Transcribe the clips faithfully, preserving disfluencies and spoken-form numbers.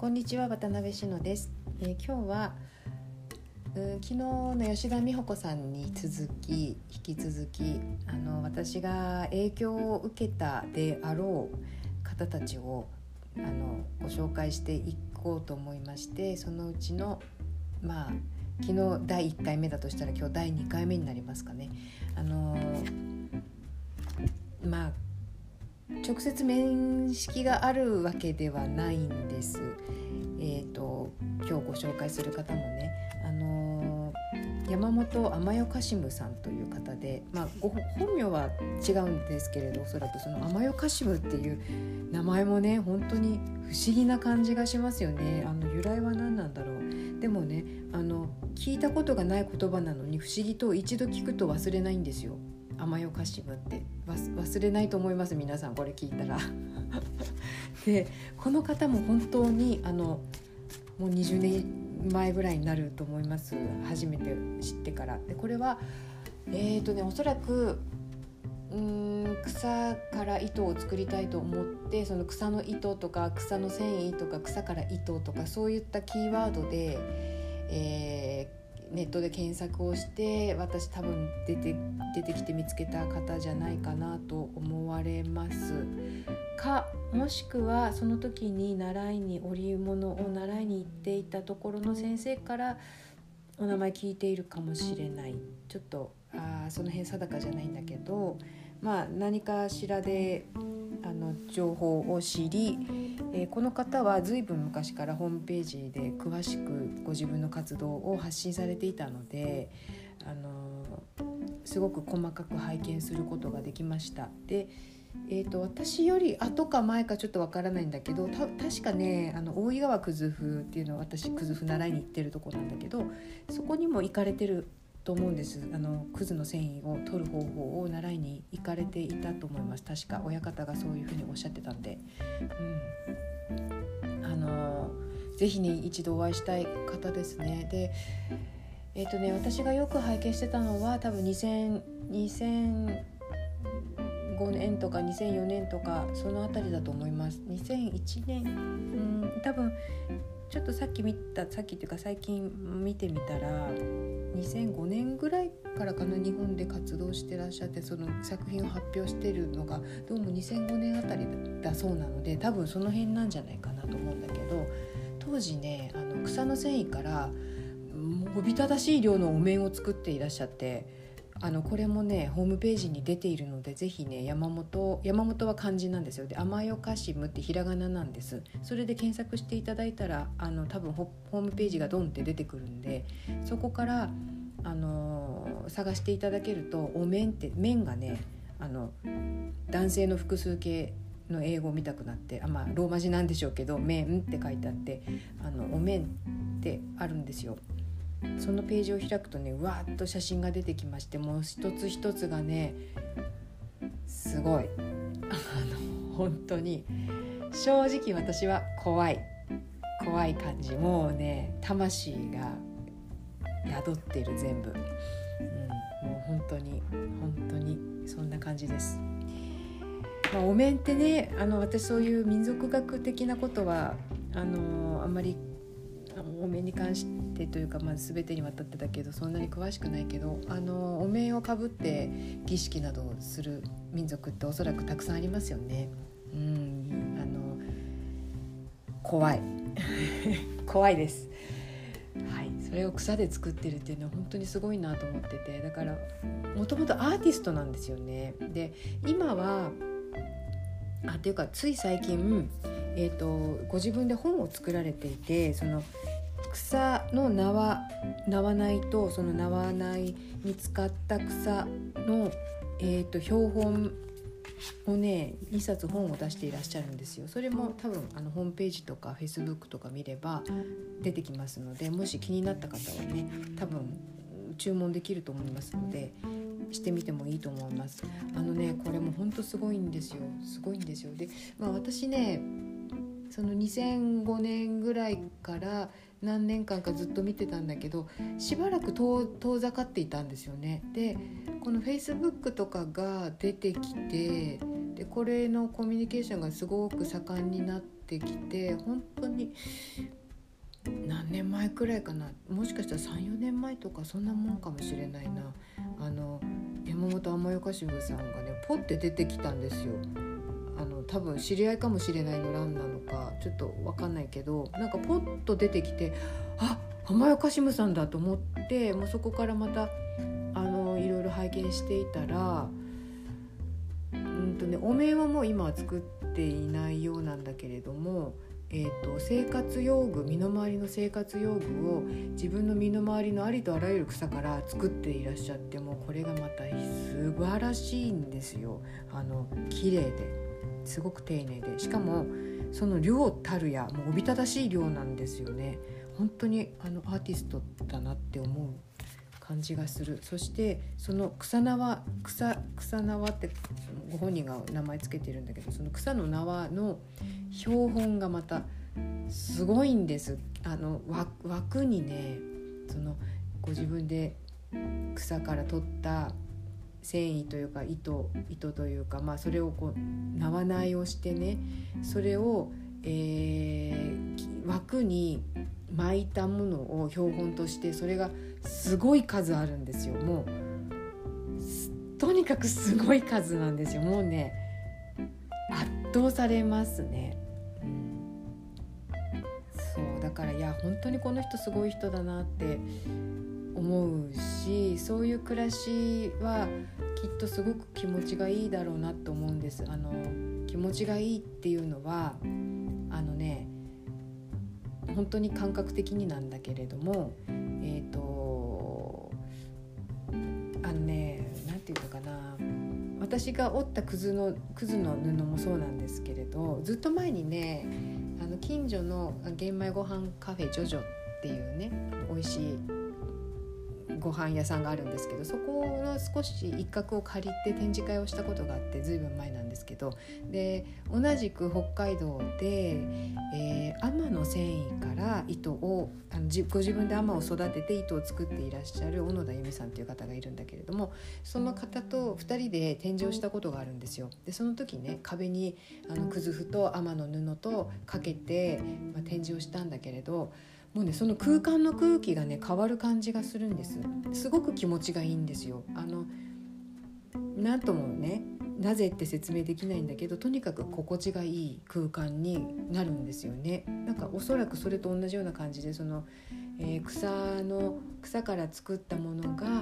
こんにちは、渡辺志乃です。えー、今日は昨日の吉田美穂子さんに続き引き続きあの私が影響を受けたであろう方たちをあのご紹介していこうと思いまして、そのうちのまあ昨日だいいっかいめだとしたら今日だいにかいめになりますかね。あのまあ直接面識があるわけではないんです。えーと、今日ご紹介する方もね、あのー、山本アマヨカシムさんという方で、まあ、ご本名は違うんですけれど、おそらくそのアマヨカシムっていう名前もね本当に不思議な感じがしますよね。あの由来は何なんだろう。でもね、あの聞いたことがない言葉なのに不思議と一度聞くと忘れないんですよ。アマヨカシムって忘れないと思います。皆さんこれ聞いたらでこの方も本当にあのもうにじゅうねんまえぐらいになると思います。初めて知ってから。でこれはえーとねおそらくうーん草から糸を作りたいと思って、その草の糸とか草の繊維とか草から糸とかそういったキーワードで、えーネットで検索をして、私多分出て、出てきて見つけた方じゃないかなと思われますか、もしくはその時に習いに織物を習いに行っていたところの先生からお名前聞いているかもしれない。ちょっとあその辺定かじゃないんだけど、まあ何かしらであの情報を知り、えー、この方は随分昔からホームページで詳しくご自分の活動を発信されていたので、あのー、すごく細かく拝見することができました。で、えーと、私より後か前かちょっとわからないんだけど、た確かねあの大井川くずふっていうのは私くずふ習いに行ってるとこなんだけど、そこにも行かれてると思うんです。あのクズの繊維を取る方法を習いに行かれていたと思います。確か親方がそういうふうにおっしゃってたんで、うん、あのぜひね一度お会いしたい方ですね。で、えっとね私がよく拝見してたのは多分にせん、にせんごねんとかにせんよねんとかそのあたりだと思います。にせんいちねん、うん、多分ちょっとさっき見たさっきっていうか最近見てみたらにせんごねんぐらいからかな、日本で活動してらっしゃって、その作品を発表しているのがどうもにせんごねんあたりだそうなので、多分その辺なんじゃないかなと思うんだけど、当時ねあの草の繊維からおびただしい量のお面を作っていらっしゃって、あのこれもねホームページに出ているので、ぜひね山本山本は漢字なんですよ。でアマヨカシムってひらがななんです。それで検索していただいたらあの多分ホームページがドンって出てくるんで、そこからあのー、探していただけると、お面って面がねあの男性の複数形の英語を見たくなって、あ、まあ、ローマ字なんでしょうけど面って書いてあって、あのお面ってあるんですよ。そのページを開くとねうわーっと写真が出てきまして、もう一つ一つがねすごいあの本当に正直私は怖い怖い感じ、もうね魂が宿ってる全部、うん、もう本当に本当にそんな感じです。まあ、お面ってねあの私そういう民族学的なことはあのあんまりお面に関してというか、まあ、全てにわたってだけどそんなに詳しくないけど、あのお面をかぶって儀式などをする民族っておそらくたくさんありますよね。うん、あの怖い怖いです。はい、それを草で作ってるっていうのは本当にすごいなと思ってて、だからもともとアーティストなんですよね。で今はあっていうかつい最近えーと、ご自分で本を作られていて、その草の縄縄苗とその縄苗に使った草の、えーと、標本をねにさつ本を出していらっしゃるんですよ。それも多分あのホームページとか Facebook とか見れば出てきますので、もし気になった方はね多分注文できると思いますのでしてみてもいいと思います。あのねこれも本当すごいんですよすごいんですよ。で、まあ、私ねそのにせんごねんぐらいから何年間かずっと見てたんだけど、しばらく遠、遠ざかっていたんですよね。でこの Facebook とかが出てきてでこれのコミュニケーションがすごく盛んになってきて、本当に何年前くらいかな、もしかしたら さん,よ 年前とかそんなもんかもしれないな。あの山本天代佳信さんがねポッて出てきたんですよ。あの多分知り合いかもしれないの欄なのかちょっと分かんないけど、なんかポッと出てきて、あ、天代佳信さんだと思って、もうそこからまたあのいろいろ拝見していたら、うんとね、お面はもう今は作っていないようなんだけれども、えーと、生活用具、身の回りの生活用具を自分の身の回りのありとあらゆる草から作っていらっしゃって、もうこれがまた素晴らしいんですよ。あの綺麗ですごく丁寧で、しかもその量たるやもうおびただしい量なんですよね。本当にあのアーティストだなって思う感じがする。そしてその草縄草草縄ってご本人が名前つけてるんだけど、その草の縄の標本がまたすごいんです。あの枠にね、そのご自分で草から取った繊維というか糸糸というか、まあそれをこう縄苗をしてね、それを、えー、枠に巻いたものを標本として、それがすごい数あるんですよ。もうとにかくすごい数なんですよ。もうね圧倒されますね、うん、そうだから、いや本当にこの人すごい人だなって思うし、そういう暮らしはきっとすごく気持ちがいいだろうなと思うんです。あの気持ちがいいっていうのはあのね本当に感覚的になんだけれども、えっとあのねなんていうのかな、私が織ったくずのくずの布もそうなんですけれど、ずっと前にね、あの近所の玄米ご飯カフェジョジョっていうね美味しいご飯屋さんがあるんですけど、そこの少し一角を借りて展示会をしたことがあって、ずいぶん前なんですけど、で同じく北海道で、えー、海女の繊維から糸をあのご自分で海女を育てて糸を作っていらっしゃる小野田由美さんという方がいるんだけれども、その方とふたりで展示をしたことがあるんですよ。でその時ね、壁にあのくずふと海女の布とかけて、まあ、展示をしたんだけれど、もうねその空間の空気がね変わる感じがするんです。すごく気持ちがいいんですよ。あのなんともねなぜって説明できないんだけど、とにかく心地がいい空間になるんですよね。なんかおそらくそれと同じような感じで、その、えー、草の草から作ったものが、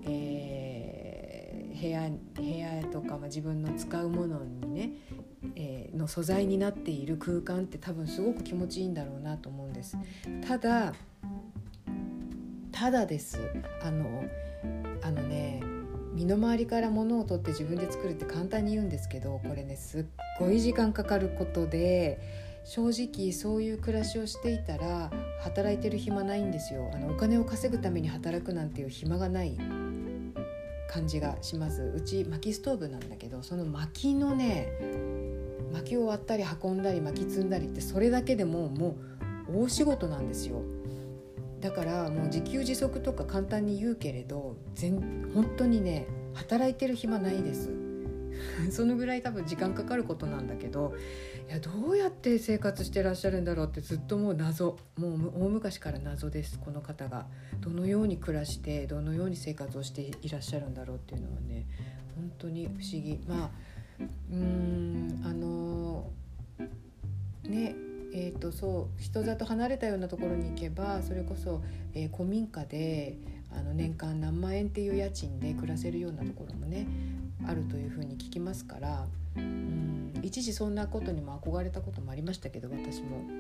えー、部屋部屋とか、まあ、自分の使うものにねえー、の素材になっている空間って多分すごく気持ちいいんだろうなと思うんです。ただただですあのあのね身の回りから物を取って自分で作るって簡単に言うんですけど、これねすっごい時間かかることで、正直そういう暮らしをしていたら働いてる暇ないんですよ。あのお金を稼ぐために働くなんていう暇がない感じがします。うち薪ストーブなんだけど、その薪のね薪を割ったり運んだり薪積んだりってそれだけでももう大仕事なんですよ。だからもう自給自足とか簡単に言うけれど、全本当にね働いてる暇ないですそのぐらい多分時間かかることなんだけど、いやどうやって生活してらっしゃるんだろうってずっともう謎、もう大昔から謎です。この方がどのように暮らしてどのように生活をしていらっしゃるんだろうっていうのはね本当に不思議。まあうーんあのねえーとそう人里離れたようなところに行けば、それこそ、えー、古民家であの年間何万円っていう家賃で暮らせるようなところもねあるというふうに聞きますから、うん一時そんなことにも憧れたこともありましたけど、私も、うん、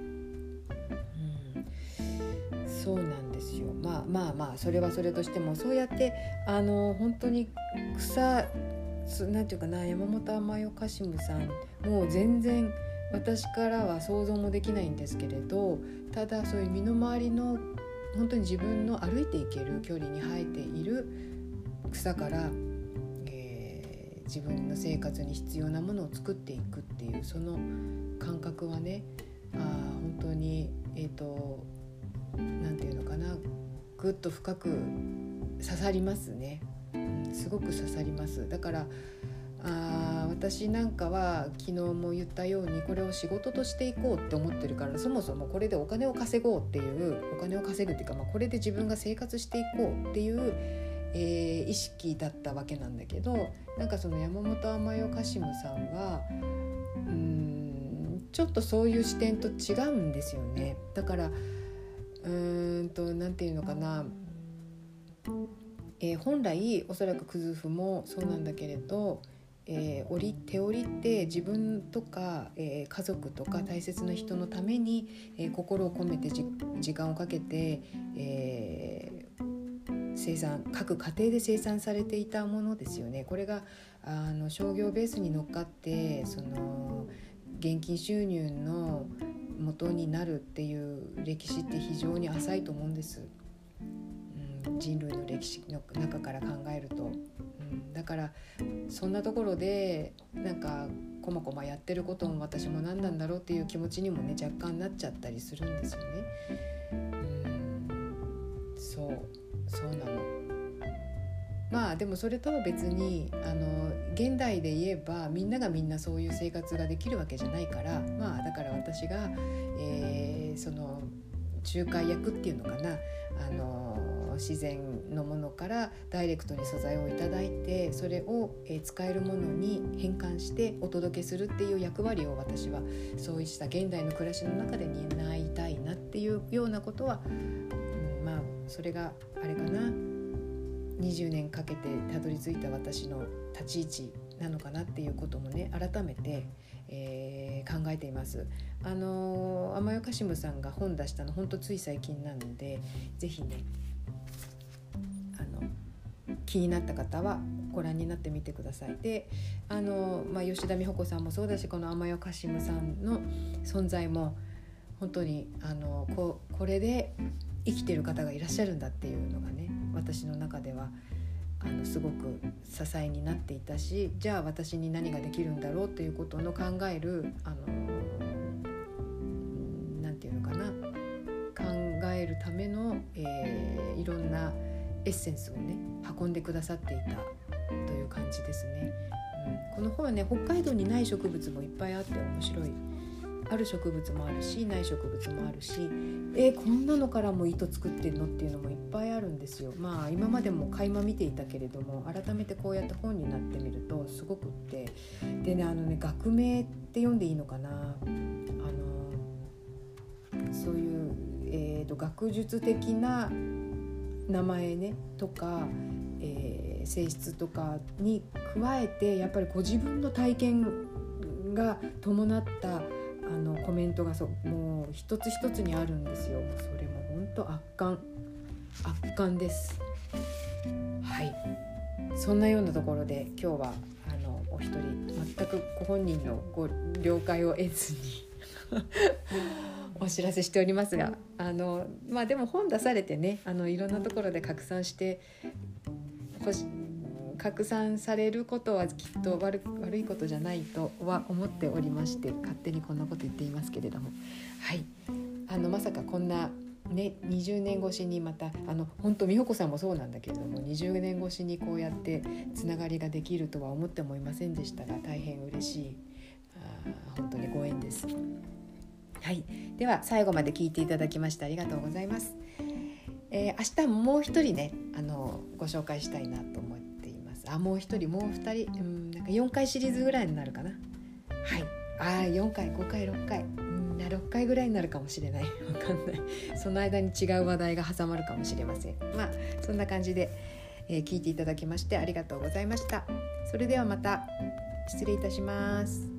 そうなんですよ。まあまあまあそれはそれとしても、そうやってあの本当に草なんていうかな、山本天代佳信さんもう全然私からは想像もできないんですけれど、ただそういう身の回りの本当に自分の歩いていける距離に生えている草から、えー、自分の生活に必要なものを作っていくっていうその感覚はね、あ本当にえっとなんていうのかな、ぐっと深く刺さりますね、うん、すごく刺さります。だからあ私なんかは昨日も言ったようにこれを仕事としていこうって思ってるから、そもそもこれでお金を稼ごうっていうお金を稼ぐっていうか、まあ、これで自分が生活していこうっていう、えー、意識だったわけなんだけど、なんかその山本あまよかしむさんはうーんちょっとそういう視点と違うんですよね。だからうーんとなんていうのかな、えー、本来おそらくクズフもそうなんだけれど、えー、折り手折りって自分とか、えー、家族とか大切な人のために、えー、心を込めてじ時間をかけて、えー、生産各家庭で生産されていたものですよね。これがあの商業ベースに乗っかってその現金収入の元になるっていう歴史って非常に浅いと思うんです、うん、人類の歴史の中から考えると、うん、だからそんなところでなんかこまこまやってることも私も何なんだろうっていう気持ちにもね若干なっちゃったりするんですよね。うんそうそうなの。まあでもそれとは別にあの現代で言えばみんながみんなそういう生活ができるわけじゃないから、まあだから私が、えー、その仲介役っていうのかな、あの自然のものからダイレクトに素材をいただいてそれを、えー、使えるものに変換してお届けするっていう役割を私はそうした現代の暮らしの中で担いたいなっていうようなことは、うん、まあそれがあれかな、にじゅうねんかけてたどり着いた私の立ち位置なのかなっていうこともね改めて、えー、考えています。あのあまよかしむさんが本出したの本当つい最近なので、ぜひねあの気になった方はご覧になってみてください。であの、まあ、吉田美穂子さんもそうだし、このあまよかしむさんの存在も本当にあの こ, これで生きてる方がいらっしゃるんだっていうのがね私の中ではあのすごく支えになっていたし、じゃあ私に何ができるんだろうということの考えるあのなんていうのかな考えるための、えー、いろんなエッセンスをね運んでくださっていたという感じですね、うん、この本はね北海道にない植物もいっぱいあって面白い。ある植物もあるしない植物もあるし、えー、こんなのからも糸作ってんのっていうのもいっぱいあるんですよ。まあ今までも垣間見ていたけれども改めてこうやって本になってみるとすごくって、でねあのね学名って読んでいいのかな、あのそういう、えーと、学術的な名前ねとか、えー、性質とかに加えてやっぱりご自分の体験が伴ったあのコメントがそうもう一つ一つにあるんですよ。それも本当圧巻圧巻です。はい、そんなようなところで今日はあのお一人全くご本人のご了解を得ずにお知らせしておりますが、あのまあでも本出されてねあのいろんなところで拡散してほし拡散されることはきっと 悪, 悪いことじゃないとは思っておりまして、勝手にこんなこと言っていますけれども、はい、あのまさかこんな、ね、にじゅうねん越しにまたあの本当美穂子さんもそうなんだけれどもにじゅうねん越しにこうやってつながりができるとは思ってもいませんでしたが大変嬉しい、あ本当にご縁です。はい、では最後まで聞いていただきましてありがとうございます。えー、明日もう一人ねあのご紹介したいなと思ってあもう一人もう二人、うん、なんかよんかいシリーズぐらいになるかな。はい、あよんかいごかいろっかい、うん、ろっかいぐらいになるかもしれない、わかんない。その間に違う話題が挟まるかもしれません。まあそんな感じで、えー、聞いていただきましてありがとうございました。それではまた失礼いたします。